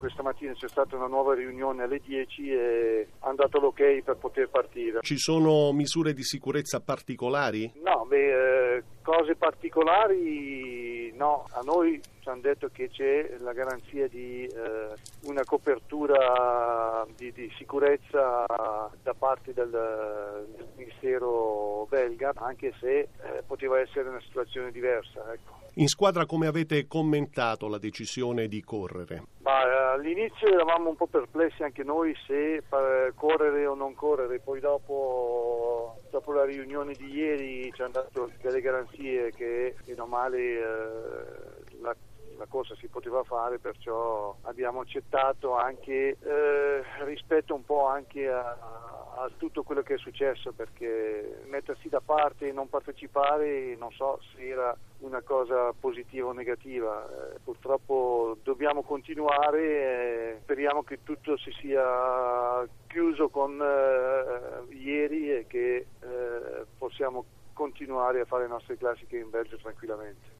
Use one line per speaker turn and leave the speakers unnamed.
Questa mattina c'è stata una nuova riunione alle 10 e hanno dato l'ok per poter partire.
Ci sono misure di sicurezza particolari?
No, cose particolari no. A noi ci hanno detto che c'è la garanzia di una copertura di sicurezza da parte del Ministero belga, anche se poteva essere una situazione diversa, ecco.
In squadra come avete commentato la decisione di correre?
All'inizio eravamo un po' perplessi anche noi se correre o non correre, poi dopo la riunione di ieri ci hanno dato delle garanzie che meno male la corsa si poteva fare, perciò abbiamo accettato anche rispetto un po' anche a tutto quello che è successo, perché mettersi da parte e non partecipare non so se era una cosa positiva o negativa. Purtroppo dobbiamo continuare, speriamo che tutto si sia chiuso con ieri e che possiamo continuare a fare le nostre classiche in Belgio tranquillamente.